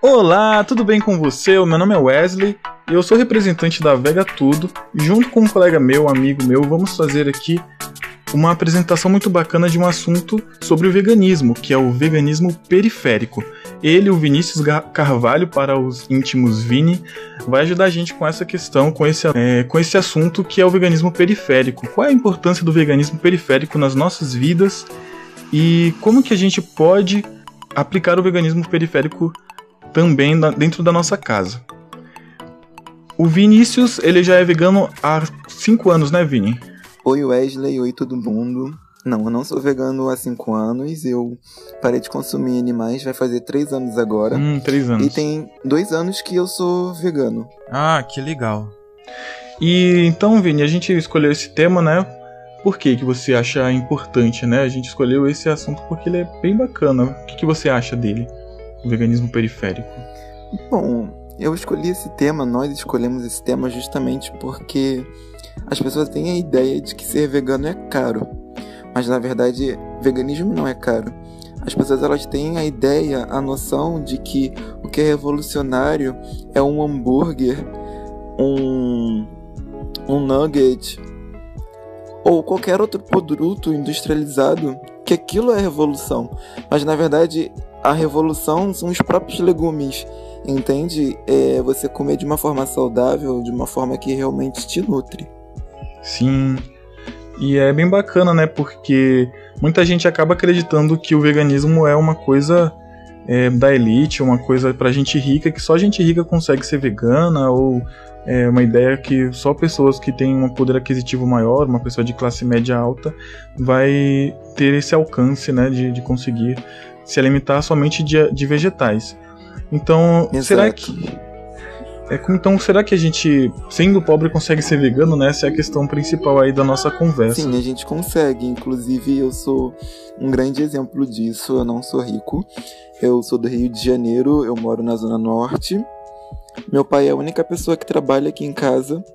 Olá, tudo bem com você? O meu nome é Wesley e eu sou representante da Vega Tudo. Junto com um colega meu, amigo meu, vamos fazer aqui uma apresentação muito bacana de um assunto sobre o veganismo, que é o veganismo periférico. Ele, o Vinícius Carvalho, para os íntimos Vini, vai ajudar a gente com essa questão, com esse assunto que é o veganismo periférico. Qual é a importância do veganismo periférico nas nossas vidas e como que a gente pode aplicar o veganismo periférico também dentro da nossa casa. O Vinícius, ele já é vegano há 5 anos, né, Vini? Oi Wesley, oi todo mundo. Não, eu não sou vegano há 5 anos, eu parei de consumir animais, vai fazer 3 anos agora. 3 anos. E tem 2 anos que eu sou vegano. Ah, que legal. E então, Vini, a gente escolheu esse tema, né? Por que você acha importante, né? A gente escolheu esse assunto porque ele é bem bacana. O que você acha dele, o veganismo periférico? Bom, eu escolhi esse tema, nós escolhemos esse tema justamente porque as pessoas têm a ideia de que ser vegano é caro. Mas na verdade, veganismo não é caro. As pessoas elas têm a ideia, a noção de que o que é revolucionário é um hambúrguer, um nugget ou qualquer outro produto industrializado, que aquilo é revolução. Mas na verdade, a revolução são os próprios legumes, entende? É você comer de uma forma saudável, de uma forma que realmente te nutre. Sim, e é bem bacana, né? Porque muita gente acaba acreditando que o veganismo é uma coisa da elite, uma coisa pra gente rica, que só gente rica consegue ser vegana, ou é uma ideia que só pessoas que têm um poder aquisitivo maior, uma pessoa de classe média alta, vai ter esse alcance, né, de conseguir se alimentar somente de vegetais. Então, Exato. será que a gente, sendo pobre, consegue ser vegano, né? Essa é a questão principal aí da nossa conversa. Sim, a gente consegue. Inclusive, eu sou um grande exemplo disso. Eu não sou rico. Eu sou do Rio de Janeiro, eu moro na Zona Norte. Meu pai é a única pessoa que trabalha aqui em casa.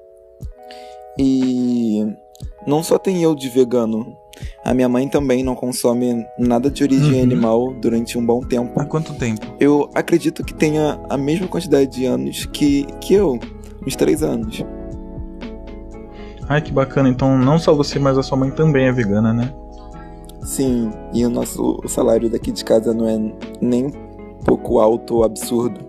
E não só tem eu de vegano. A minha mãe também não consome nada de origem animal durante um bom tempo. Há quanto tempo? Eu acredito que tenha a mesma quantidade de anos que eu, uns 3 anos. Ai, que bacana. Então não só você, mas a sua mãe também é vegana, né? Sim, e o salário daqui de casa não é nem um pouco alto ou absurdo.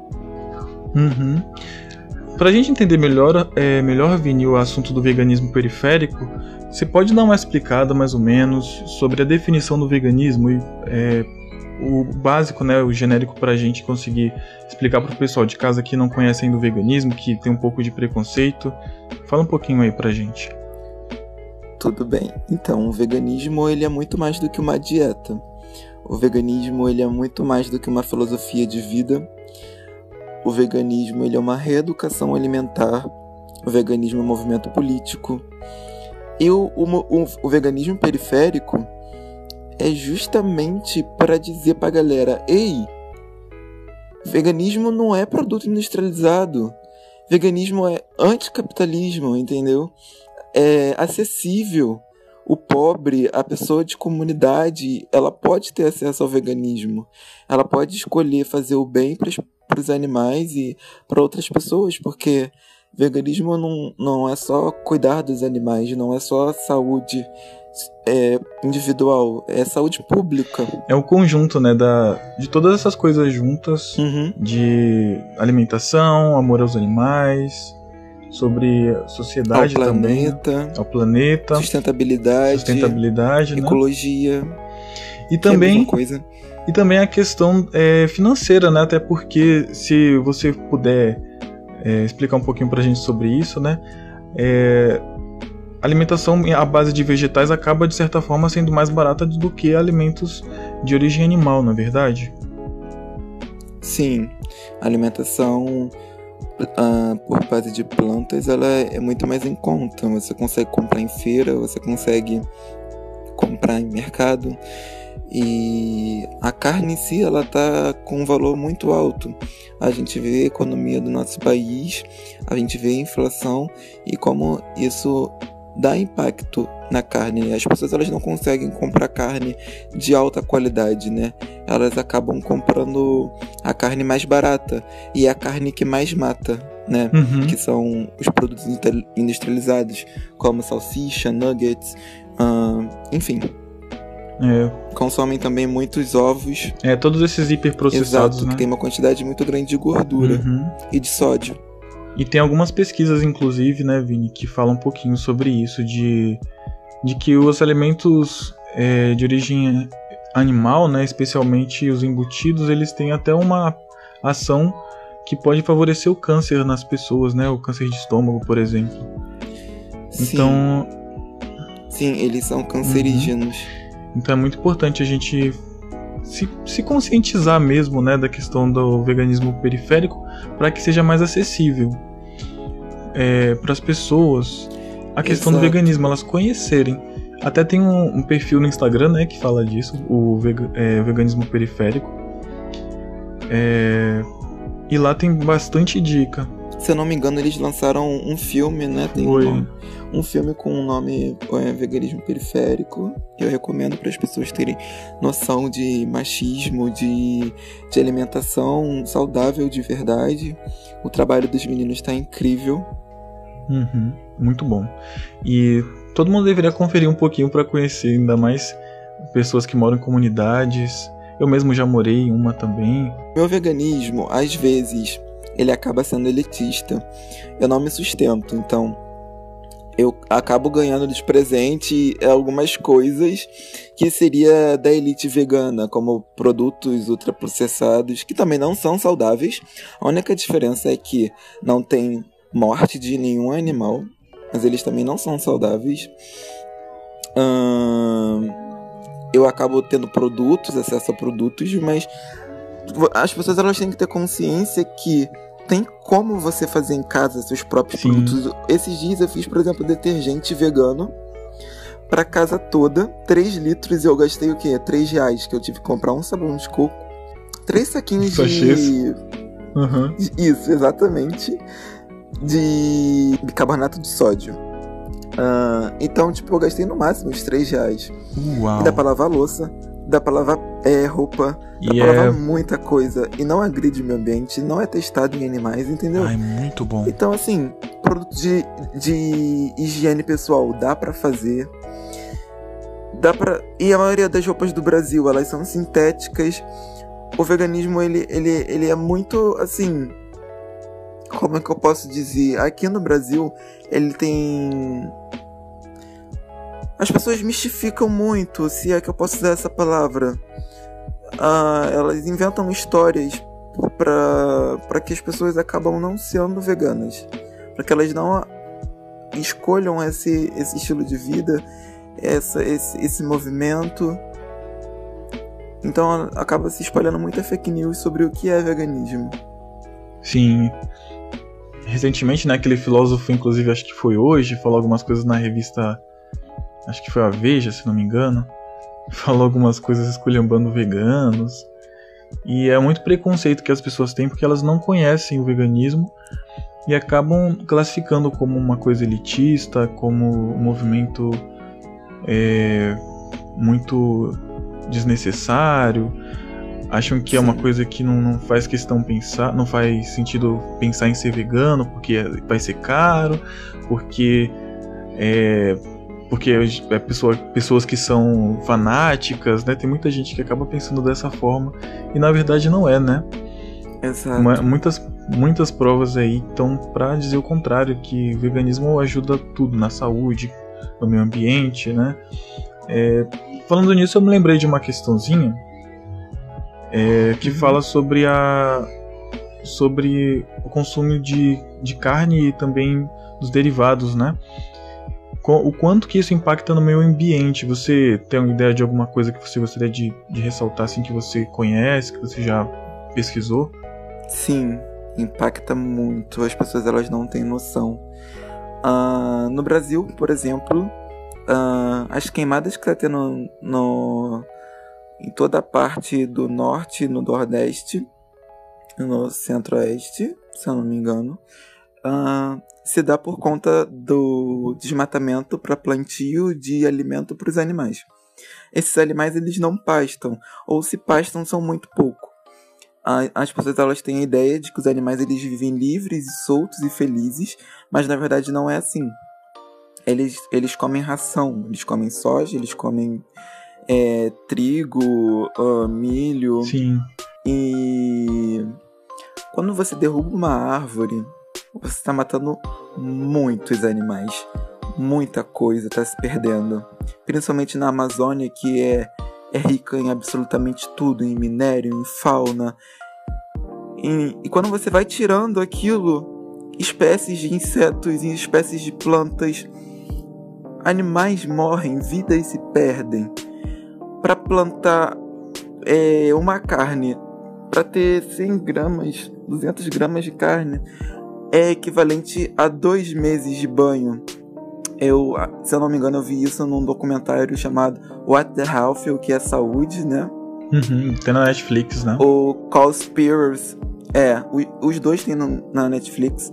Pra gente entender melhor, Vini, o assunto do veganismo periférico, você pode dar uma explicada mais ou menos sobre a definição do veganismo e o básico, né, o genérico pra gente conseguir explicar pro pessoal de casa que não conhece ainda o veganismo, que tem um pouco de preconceito. Fala um pouquinho aí pra gente. Tudo bem. Então, o veganismo ele é muito mais do que uma dieta. O veganismo ele é muito mais do que uma filosofia de vida. O veganismo ele é uma reeducação alimentar. O veganismo é um movimento político. E o veganismo periférico é justamente para dizer pra galera: ei, veganismo não é produto industrializado. Veganismo é anticapitalismo, entendeu? É acessível. O pobre, a pessoa de comunidade, ela pode ter acesso ao veganismo. Ela pode escolher fazer o bem para os animais e para outras pessoas, porque veganismo não é só cuidar dos animais, não é só saúde individual, é saúde pública. É o conjunto, né, de todas essas coisas juntas, de alimentação, amor aos animais, sobre a sociedade ao planeta, sustentabilidade, ecologia, né? E também, é a mesma coisa. E também a questão financeira, né? Até porque, se você puder explicar um pouquinho pra gente sobre isso, né? A alimentação à base de vegetais acaba, de certa forma, sendo mais barata do que alimentos de origem animal, não é verdade? Sim, a alimentação por base de plantas ela é muito mais em conta. Você consegue comprar em feira, você consegue comprar em mercado. E a carne em si, ela tá com um valor muito alto. A gente vê a economia do nosso país, a gente vê a inflação e como isso dá impacto na carne. As pessoas elas não conseguem comprar carne de alta qualidade, né? elas acabam comprando a carne mais barata e a carne que mais mata, né? Uhum. Que são os produtos industrializados, como salsicha, nuggets, enfim. Consomem também muitos ovos. Todos esses hiperprocessados, exato, né? Que tem uma quantidade muito grande de gordura e de sódio. E tem algumas pesquisas, inclusive, né, Vini, que falam um pouquinho sobre isso, de que os alimentos de origem animal, né, especialmente os embutidos, eles têm até uma ação que pode favorecer o câncer nas pessoas, né, o câncer de estômago, por exemplo. Sim. Então... Sim, eles são cancerígenos. Então é muito importante a gente se conscientizar mesmo, né, da questão do veganismo periférico, para que seja mais acessível para as pessoas a questão do veganismo, elas conhecerem. Até tem um perfil no Instagram, né, que fala disso, o veganismo periférico. E lá tem bastante dica. Se eu não me engano, eles lançaram um filme, né? Tem um filme com o nome Veganismo Periférico. Eu recomendo para as pessoas terem noção de machismo, de alimentação saudável de verdade. O trabalho dos meninos está incrível. Muito bom. E todo mundo deveria conferir um pouquinho para conhecer ainda mais pessoas que moram em comunidades. Eu mesmo já morei em uma também. Meu veganismo, às vezes, ele acaba sendo elitista. Eu não me sustento, então eu acabo ganhando de presente algumas coisas que seria da elite vegana, como produtos ultraprocessados, que também não são saudáveis. A única diferença é que não tem morte de nenhum animal, mas eles também não são saudáveis. Eu acabo tendo acesso a produtos, mas as pessoas elas têm que ter consciência que tem como você fazer em casa seus próprios produtos. Esses dias eu fiz, por exemplo, detergente vegano pra casa toda, 3 litros, e eu gastei o quê? R$3, que eu tive que comprar um sabão de coco, 3 saquinhos de... Isso, exatamente. De bicarbonato de sódio. Então, tipo, eu gastei no máximo uns R$3. Uau. E dá pra lavar louça, dá pra lavar roupa, dá pra lavar muita coisa. E não agride o meio ambiente, não é testado em animais, entendeu? Ai, muito bom. Então, assim, produto de higiene pessoal dá pra fazer. E a maioria das roupas do Brasil, elas são sintéticas. O veganismo, ele é muito, assim... Como é que eu posso dizer? Aqui no Brasil, ele tem... As pessoas mistificam muito, se é que eu posso usar essa palavra. Elas inventam histórias para que as pessoas acabam não sendo veganas. Para que elas não escolham esse estilo de vida, esse movimento. Então acaba se espalhando muita fake news sobre o que é veganismo. Sim. Recentemente, né, aquele filósofo, inclusive, acho que foi hoje, falou algumas coisas na revista, acho que foi a Veja, se não me engano. Falou algumas coisas esculhambando veganos. E é muito preconceito que as pessoas têm porque elas não conhecem o veganismo e acabam classificando como uma coisa elitista, como um movimento muito desnecessário. Acham que é uma coisa que não faz questão pensar, não faz sentido pensar em ser vegano porque vai ser caro, porque pessoas que são fanáticas, né? Tem muita gente que acaba pensando dessa forma e na verdade não é, né? Exato. Muitas provas aí estão para dizer o contrário, que o veganismo ajuda tudo, na saúde, no meio ambiente, né? Falando nisso, eu me lembrei de uma questãozinha que fala sobre o consumo de carne e também dos derivados, né? O quanto que isso impacta no meio ambiente. Você tem uma ideia de alguma coisa que você gostaria de ressaltar, assim, que você conhece, que você já pesquisou? Sim, impacta muito. As pessoas elas não têm noção. No Brasil, por exemplo, as queimadas que está tendo em toda a parte do norte, no nordeste, no centro-oeste, se eu não me engano, se dá por conta do desmatamento para plantio de alimento para os animais. Esses animais, eles não pastam, ou se pastam, são muito pouco. As pessoas, elas têm a ideia de que os animais, eles vivem livres, soltos e felizes, mas na verdade não é assim. Eles comem ração, eles comem soja, eles comem trigo, milho. Sim. E quando você derruba uma árvore, você está matando muitos animais. Muita coisa está se perdendo. Principalmente na Amazônia, que é rica em absolutamente tudo, em minério, em fauna. E quando você vai tirando aquilo, espécies de insetos, espécies de plantas, animais morrem, vidas se perdem. Para plantar uma carne, para ter 100 gramas, 200 gramas de carne, é equivalente a 2 meses de banho. Se eu não me engano, eu vi isso num documentário chamado What the Health, o que é saúde, né? Tem na Netflix, né? O Cowspiracy. Os dois tem na Netflix.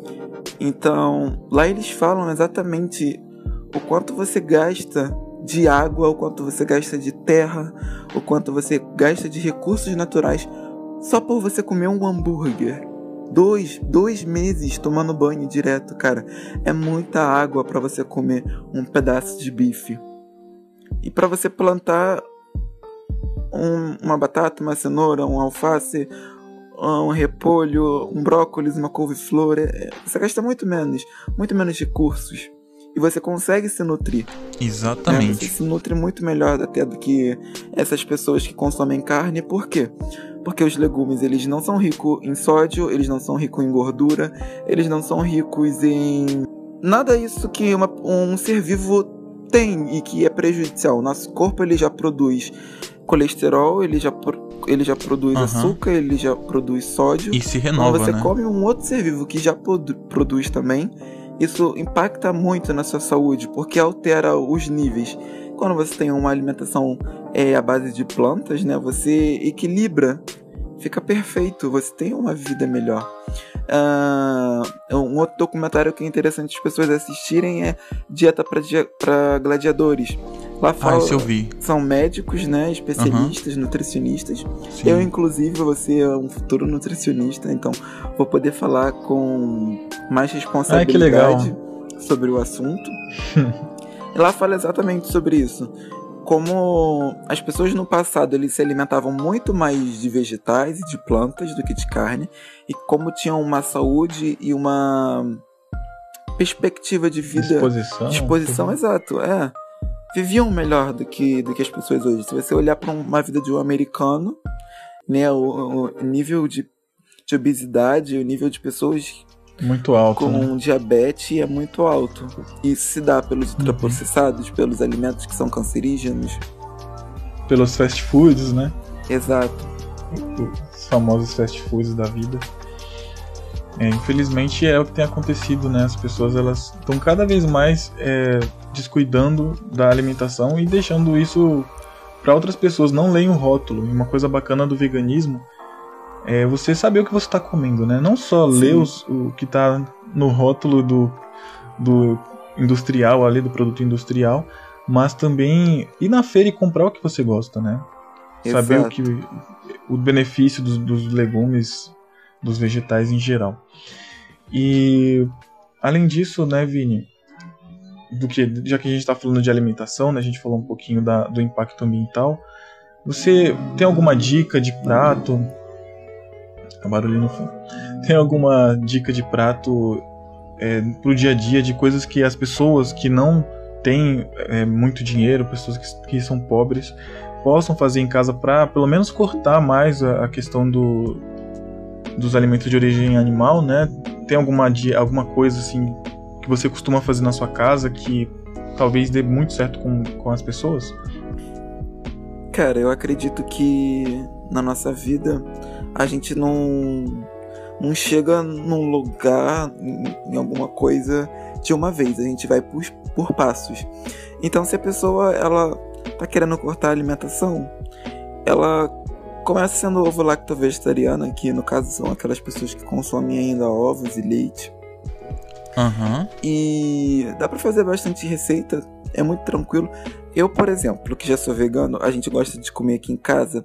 Então, lá eles falam exatamente o quanto você gasta de água, o quanto você gasta de terra, o quanto você gasta de recursos naturais só por você comer um hambúrguer. 2 meses tomando banho direto, cara. É muita água para você comer um pedaço de bife. E para você plantar uma batata, uma cenoura, um alface, um repolho, um brócolis, uma couve-flor, você gasta muito menos recursos. E você consegue se nutrir. Exatamente. Você se nutre muito melhor até do que essas pessoas que consomem carne. Por quê? Porque os legumes, eles não são ricos em sódio, eles não são ricos em gordura, eles não são ricos em nada isso que um ser vivo tem e que é prejudicial. Nosso corpo, ele já produz colesterol, ele já produz açúcar, ele já produz sódio. E se renova, Quando você né? come um outro ser vivo que já produz também, isso impacta muito na sua saúde, porque altera os níveis. Quando você tem uma alimentação à base de plantas, né, você equilibra, fica perfeito, você tem uma vida melhor. Um outro documentário que é interessante as pessoas assistirem é Dieta para Gladiadores. Lá fala, isso eu vi. São médicos, né, especialistas, nutricionistas. Sim. Eu, inclusive, vou ser um futuro nutricionista, então vou poder falar com mais responsabilidade sobre o assunto. E lá fala exatamente sobre isso. Como as pessoas no passado eles se alimentavam muito mais de vegetais e de plantas do que de carne, e como tinham uma saúde e uma perspectiva de vida, disposição, exato, viviam melhor do que as pessoas hoje. Se você olhar para uma vida de um americano, né, o nível de obesidade, o nível de pessoas muito alto, com diabetes é muito alto. Isso se dá pelos ultraprocessados, pelos alimentos que são cancerígenos, pelos fast foods, né? Exato. Os famosos fast foods da vida. Infelizmente é o que tem acontecido, né? As pessoas elas estão cada vez mais descuidando da alimentação e deixando isso para outras pessoas. Não leem o rótulo. E uma coisa bacana do veganismo é você saber o que você está comendo, né? Não só ler o que está no rótulo do industrial ali, do produto industrial, mas também ir na feira e comprar o que você gosta, né? Exato. Saber o benefício dos legumes, dos vegetais em geral. E além disso, né, Vini, já que a gente está falando de alimentação, né, a gente falou um pouquinho do impacto ambiental. Você tem alguma dica de prato? Barulho no fundo. Tem alguma dica de prato pro dia a dia, de coisas que as pessoas que não têm muito dinheiro, pessoas que são pobres, possam fazer em casa para pelo menos cortar mais a questão dos alimentos de origem animal, né? Tem alguma coisa assim que você costuma fazer na sua casa que talvez dê muito certo com as pessoas? Cara, eu acredito que na nossa vida a gente não chega num lugar, em alguma coisa de uma vez. A gente vai por passos. Então, se a pessoa ela tá querendo cortar a alimentação, ela começa sendo ovo-lacto-vegetariana, que no caso são aquelas pessoas que consomem ainda ovos e leite. E dá pra fazer bastante receita, é muito tranquilo. Eu, por exemplo, que já sou vegano, a gente gosta de comer aqui em casa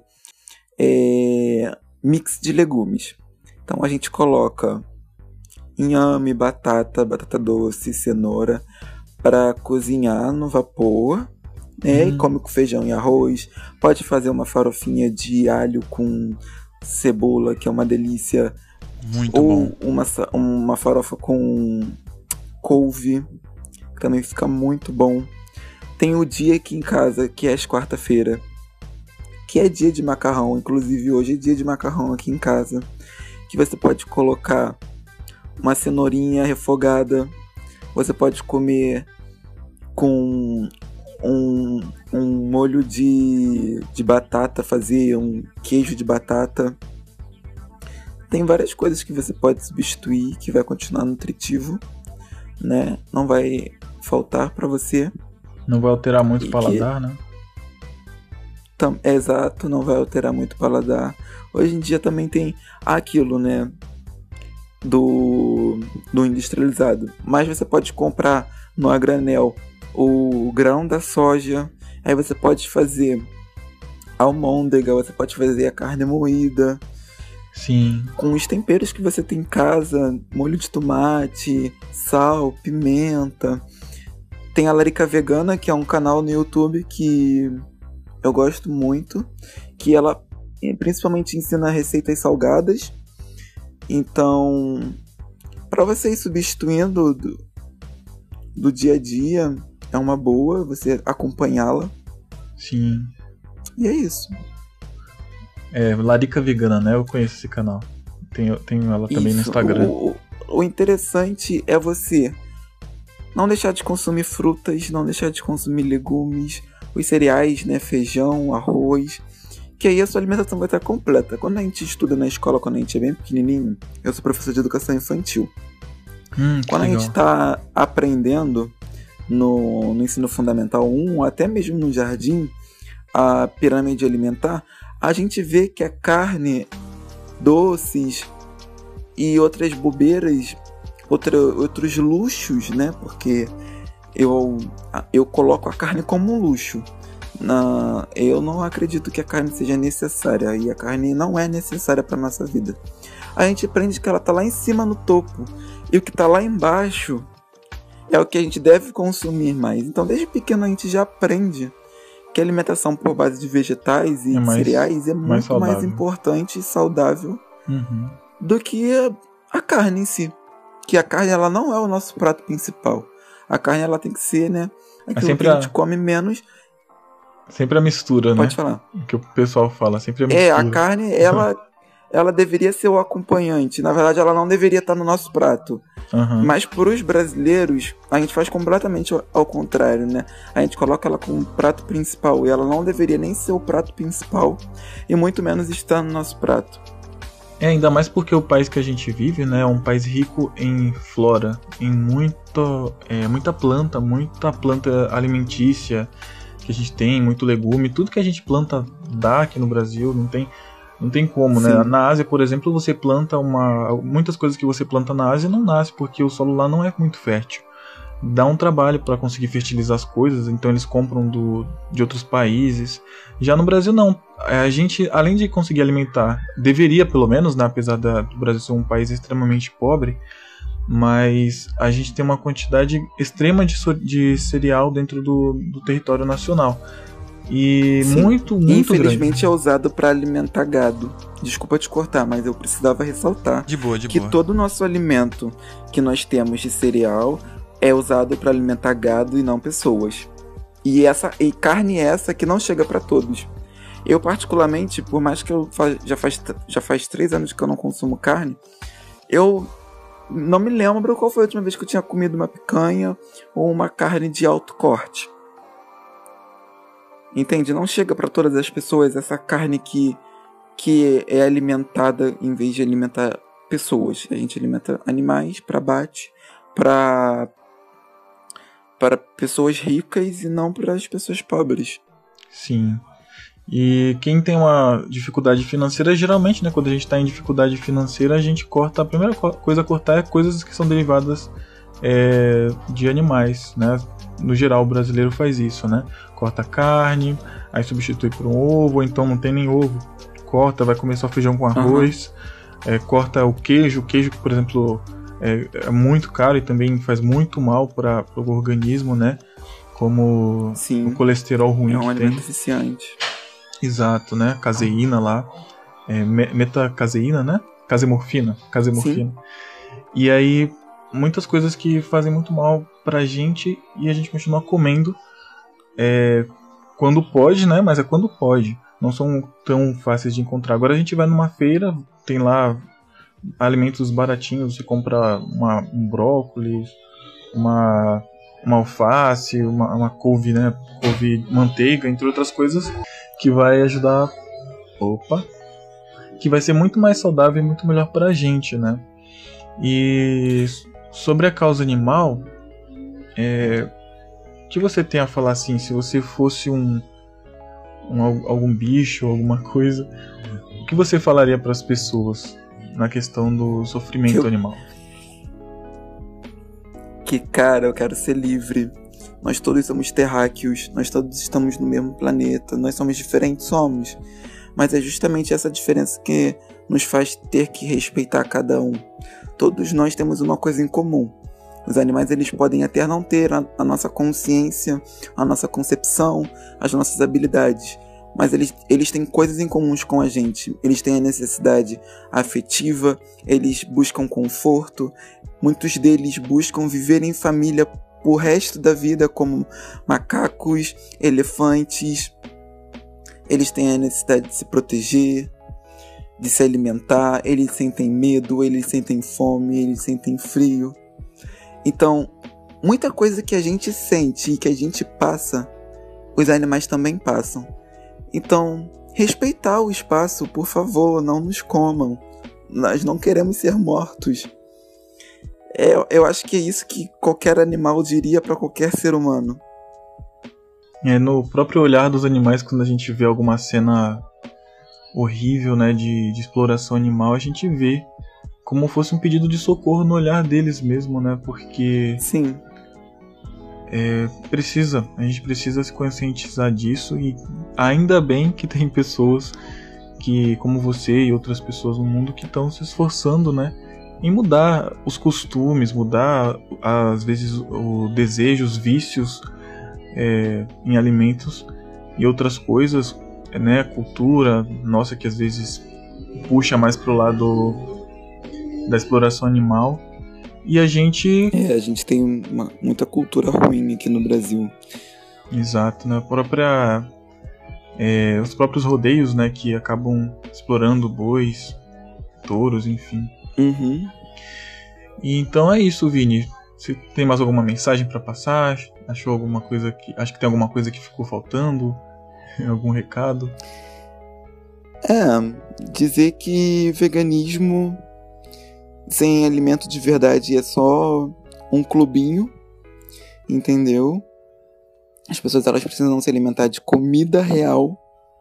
mix de legumes. Então a gente coloca inhame, batata doce, cenoura para cozinhar no vapor, né? E come com feijão e arroz. Pode fazer uma farofinha de alho com cebola, que é uma delícia. Muito bom. Ou uma farofa com couve, que também fica muito bom. Tem o dia aqui em casa, que é às quarta-feira, que é dia de macarrão. Inclusive hoje é dia de macarrão aqui em casa, que você pode colocar uma cenourinha refogada. Você pode comer com um molho de batata, fazer um queijo de batata. Tem várias coisas que você pode substituir, que vai continuar nutritivo, né? Não vai faltar para você. Não vai alterar muito o paladar, né? Exato, não vai alterar muito o paladar. Hoje em dia também tem aquilo, né? Do industrializado. Mas você pode comprar no a granel o grão da soja. Aí você pode fazer almôndega, você pode fazer a carne moída. Sim. Com os temperos que você tem em casa, molho de tomate, sal, pimenta. Tem a Larica Vegana, que é um canal no YouTube que eu gosto muito, que ela principalmente ensina receitas salgadas. Então, para você ir substituindo do dia a dia, é uma boa você acompanhá-la. Sim. E é isso. Larica Vegana, né? Eu conheço esse canal. Tenho ela também no Instagram. O interessante é você não deixar de consumir frutas, não deixar de consumir legumes, os cereais, né? Feijão, arroz, que aí a sua alimentação vai estar completa. Quando a gente estuda na escola, quando a gente é bem pequenininho, eu sou professor de educação infantil. Quando a gente está aprendendo no ensino fundamental 1, até mesmo no jardim, a pirâmide alimentar, a gente vê que a carne, doces e outras bobeiras, outros luxos, né? Porque eu coloco a carne como um luxo. Eu não acredito que a carne seja necessária, e a carne não é necessária para nossa vida. A gente aprende que ela está lá em cima no topo, e o que está lá embaixo é o que a gente deve consumir mais. Então desde pequeno a gente já aprende que a alimentação por base de vegetais e cereais é muito mais importante e saudável do que a carne em si. Que a carne, ela não é o nosso prato principal. A carne, ela tem que ser, né, aquilo que a gente come menos. Sempre a mistura, né? Pode falar. O que o pessoal fala, sempre a mistura. A carne, ela deveria ser o acompanhante. Na verdade, ela não deveria estar no nosso prato. Mas para os brasileiros, a gente faz completamente ao contrário, né? A gente coloca ela como prato principal, e ela não deveria nem ser o prato principal, e muito menos estar no nosso prato. Ainda mais porque o país que a gente vive, né, é um país rico em flora, em muita planta alimentícia que a gente tem, muito legume, tudo que a gente planta dá aqui no Brasil, não tem como, né? Sim. Na Ásia, por exemplo, você planta muitas coisas que você planta na Ásia não nasce, porque o solo lá não é muito fértil. Dá um trabalho para conseguir fertilizar as coisas, então eles compram de outros países. Já no Brasil não. A gente, além de conseguir alimentar, deveria pelo menos, né, apesar do Brasil ser um país extremamente pobre, mas a gente tem uma quantidade extrema de cereal dentro do território nacional. E Sim. muito infelizmente grande. É usado para alimentar gado. Desculpa te cortar, mas eu precisava ressaltar De boa. todo o nosso alimento que nós temos de cereal é usado para alimentar gado e não pessoas. E carne é essa que não chega para todos. Eu particularmente, por mais que já faz 3 anos que eu não consumo carne, eu não me lembro qual foi a última vez que eu tinha comido uma picanha ou uma carne de alto corte. Entende? Não chega para todas as pessoas essa carne que é alimentada em vez de alimentar pessoas. A gente alimenta animais para abate, para pessoas ricas e não para as pessoas pobres. Sim. E quem tem uma dificuldade financeira, geralmente, né, quando a gente está em dificuldade financeira, a gente corta. A primeira coisa a cortar é coisas que são derivadas de animais, né? no geral o brasileiro faz isso, né? Corta a carne, aí substitui por um ovo, ou então não tem nem ovo, corta, vai comer só feijão com arroz, corta o queijo que, por exemplo, é muito caro e também faz muito mal para o organismo, né? Como Sim, o colesterol ruim é um que alimento tem. eficiente. Exato, né? Caseína lá, metacaseína, né? Casemorfina. Sim. E aí, muitas coisas que fazem muito mal pra gente e a gente continua comendo quando pode, né? Mas é quando pode. Não são tão fáceis de encontrar. Agora a gente vai numa feira, tem lá alimentos baratinhos, você compra um brócolis, uma alface, uma couve, né? Couve manteiga, entre outras coisas, que vai ajudar. Que vai ser muito mais saudável e muito melhor pra gente, né? E sobre a causa animal, o que você tem a falar assim, se você fosse algum bicho, alguma coisa, o que você falaria para as pessoas na questão do sofrimento animal? Cara, eu quero ser livre. Nós todos somos terráqueos, nós todos estamos no mesmo planeta, nós somos diferentes, somos. Mas é justamente essa diferença que nos faz ter que respeitar cada um. Todos nós temos uma coisa em comum. Os animais, eles podem até não ter a nossa consciência, a nossa concepção, as nossas habilidades, mas eles têm coisas em comuns com a gente. Eles têm a necessidade afetiva, eles buscam conforto, muitos deles buscam viver em família pro resto da vida, como macacos, elefantes. Eles têm a necessidade de se proteger, de se alimentar, eles sentem medo, eles sentem fome, eles sentem frio. Então, muita coisa que a gente sente e que a gente passa, os animais também passam. Então, respeitar o espaço, por favor, não nos comam. Nós não queremos ser mortos. Eu acho que é isso que qualquer animal diria para qualquer ser humano. No próprio olhar dos animais, quando a gente vê alguma cena horrível, né, de exploração animal, a gente vê como fosse um pedido de socorro no olhar deles mesmo, né, porque sim, a gente precisa se conscientizar disso, e ainda bem que tem pessoas que, como você e outras pessoas no mundo, que estão se esforçando, né, em mudar os costumes, mudar às vezes o desejo, os vícios em alimentos e outras coisas, né, a cultura nossa que às vezes puxa mais pro lado da exploração animal, e a gente tem muita cultura ruim aqui no Brasil. Exato, né? Os próprios rodeios, né, que acabam explorando bois, touros, enfim. Uhum. E então é isso, Vini. Você tem mais alguma mensagem para passar? Achou alguma coisa acho que tem alguma coisa que ficou faltando? Algum recado? Dizer que veganismo sem alimento de verdade é só um clubinho, entendeu? As pessoas, elas precisam se alimentar de comida real.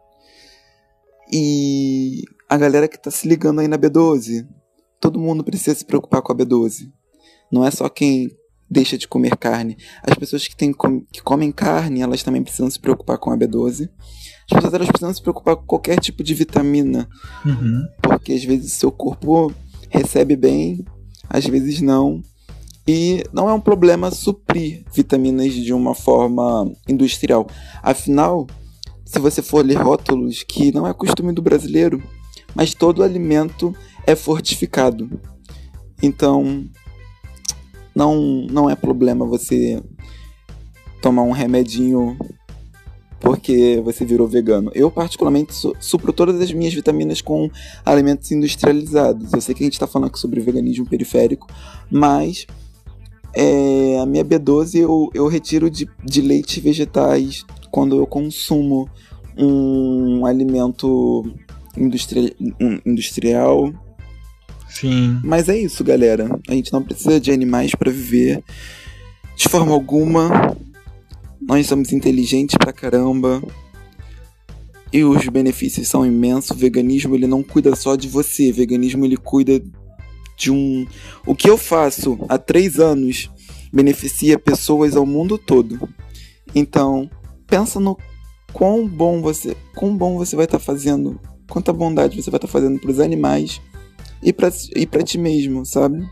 E a galera que tá se ligando aí na B12, todo mundo precisa se preocupar com a B12. Não é só quem deixa de comer carne. As pessoas que comem carne, elas também precisam se preocupar com a B12. As pessoas, elas precisam se preocupar com qualquer tipo de vitamina. Uhum. Porque às vezes o seu corpo recebe bem, às vezes não. E não é um problema suprir vitaminas de uma forma industrial. Afinal, se você for ler rótulos, que não é costume do brasileiro, mas todo alimento é fortificado. Então, não é problema você tomar um remedinho porque você virou vegano. Eu, particularmente, supro todas as minhas vitaminas com alimentos industrializados. Eu sei que a gente está falando aqui sobre veganismo periférico, mas a minha B12 eu retiro de leite e vegetais quando eu consumo um alimento industrial. Sim. Mas é isso, galera. A gente não precisa de animais para viver de forma alguma. Nós somos inteligentes pra caramba. E os benefícios são imensos. O veganismo, ele não cuida só de você. O veganismo, ele cuida de o que eu faço há 3 anos beneficia pessoas ao mundo todo. Então, pensa no quão bom você vai estar fazendo, quanta bondade você vai estar fazendo para os animais e para ti mesmo, sabe?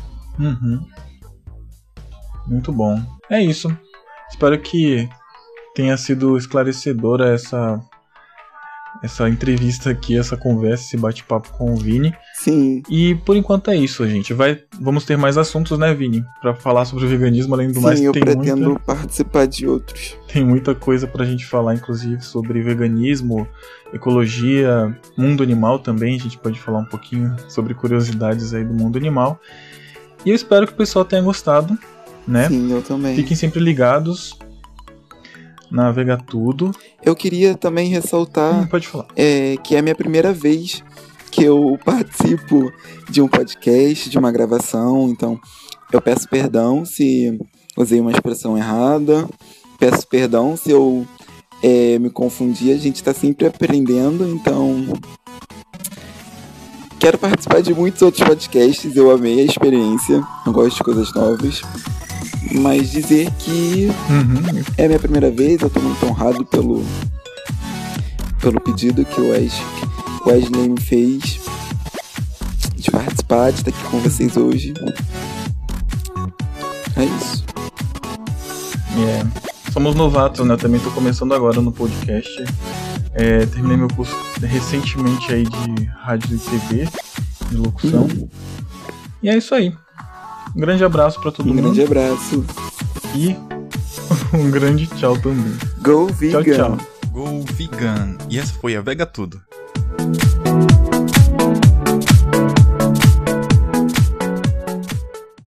Muito bom. É isso. Espero que tenha sido esclarecedora essa entrevista aqui, essa conversa, esse bate-papo com o Vini. Sim. E por enquanto é isso, gente. Vamos ter mais assuntos, né, Vini? Pra falar sobre o veganismo, além do mais, eu pretendo participar de outros. Tem muita coisa pra gente falar, inclusive, sobre veganismo, ecologia, mundo animal também. A gente pode falar um pouquinho sobre curiosidades aí do mundo animal. E eu espero que o pessoal tenha gostado, né? Sim, eu também. Fiquem sempre ligados na Vega Tudo. Eu queria também ressaltar Pode falar. Que é a minha primeira vez que eu participo de um podcast, de uma gravação. Então, eu peço perdão se usei uma expressão errada. Peço perdão se eu me confundi. A gente está sempre aprendendo, então quero participar de muitos outros podcasts. Eu amei a experiência, eu gosto de coisas novas. Mas dizer que é a minha primeira vez, eu estou muito honrado pelo pedido que o Wesley me fez de participar, de estar aqui com vocês hoje. É isso. Somos novatos, né? Eu também estou começando agora no podcast. Terminei meu curso recentemente aí de rádio e TV, de locução. E é isso aí. Um grande abraço pra todo mundo. Um grande abraço. E um grande tchau também. Go Vegan. Tchau, tchau. Go Vegan. E essa foi a Vega Tudo.